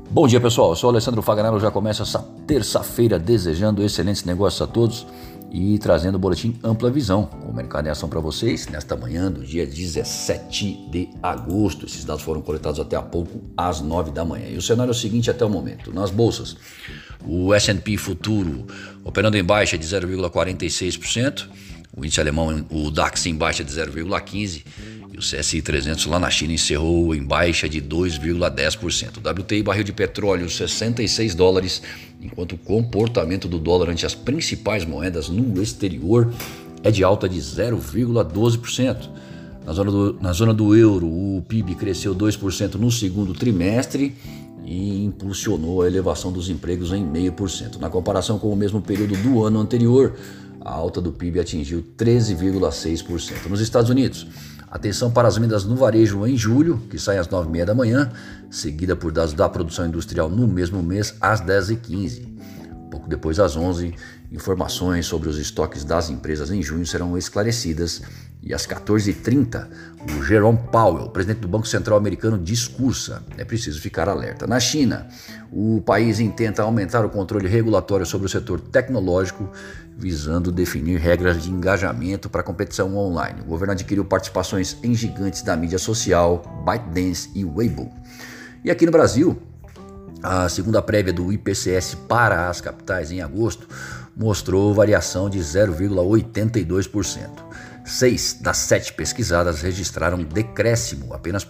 Bom dia, pessoal. Eu sou o Alessandro Faganello. Já começa essa terça-feira desejando excelentes negócios a todos e trazendo o boletim Ampla Visão, com o mercado em ação para vocês nesta manhã do dia 17 de agosto. Esses dados foram coletados até há pouco, às 9 da manhã. E o cenário é o seguinte até o momento. Nas bolsas, o S&P futuro operando em baixa de 0,46%, o índice alemão, o DAX, em baixa de 0,15%, e o CSI 300 lá na China encerrou em baixa de 2,10%. O WTI barril de petróleo $66, enquanto o comportamento do dólar ante as principais moedas no exterior é de alta de 0,12%. Na zona do euro, o PIB cresceu 2% no segundo trimestre e impulsionou a elevação dos empregos em 0,5%. Na comparação com o mesmo período do ano anterior, a alta do PIB atingiu 13,6%. Nos Estados Unidos, atenção para as vendas no varejo em julho, que saem às 9h30 da manhã, seguida por dados da produção industrial no mesmo mês, às 10h15. Pouco depois, às 11h, informações sobre os estoques das empresas em junho serão esclarecidas. E às 14h30, o Jerome Powell, presidente do Banco Central americano, discursa. É preciso ficar alerta. Na China, o país intenta aumentar o controle regulatório sobre o setor tecnológico, visando definir regras de engajamento para a competição online. O governo adquiriu participações em gigantes da mídia social, ByteDance e Weibo. E aqui no Brasil, a segunda prévia do IPCS para as capitais em agosto mostrou variação de 0,82%. 6 das 7 pesquisadas registraram decréscimo, apenas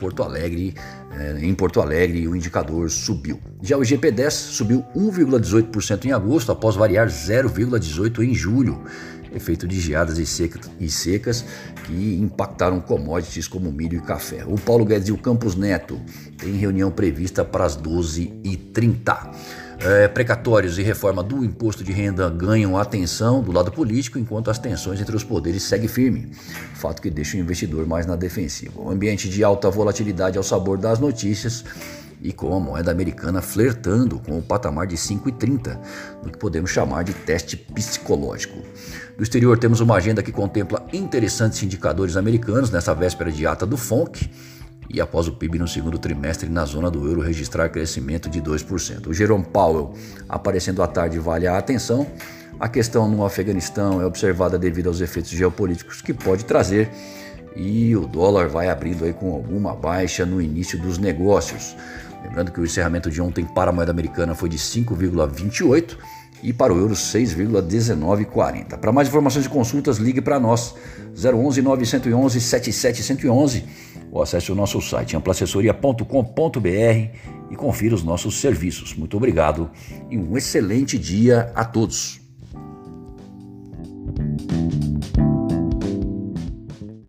em Porto Alegre o indicador subiu. Já o IGP-10 subiu 1,18% em agosto, após variar 0,18% em julho, efeito de geadas e secas que impactaram commodities como milho e café. O Paulo Guedes e o Campos Neto têm reunião prevista para as 12h30. Precatórios e reforma do imposto de renda ganham atenção do lado político, enquanto as tensões entre os poderes seguem firme, fato que deixa o investidor mais na defensiva. Um ambiente de alta volatilidade ao sabor das notícias e com a moeda americana flertando com o patamar de 5,30, no que podemos chamar de teste psicológico. Do exterior, temos uma agenda que contempla interessantes indicadores americanos nessa véspera de ata do FONC, e após o PIB no segundo trimestre na zona do euro registrar crescimento de 2%. O Jerome Powell aparecendo à tarde vale a atenção. A questão no Afeganistão é observada devido aos efeitos geopolíticos que pode trazer, e o dólar vai abrindo aí com alguma baixa no início dos negócios. Lembrando que o encerramento de ontem para a moeda americana foi de 5,28 e para o euro 6,1940. Para mais informações e consultas, ligue para nós 011 911 7711 ou acesse o nosso site amplaassessoria.com.br e confira os nossos serviços. Muito obrigado e um excelente dia a todos.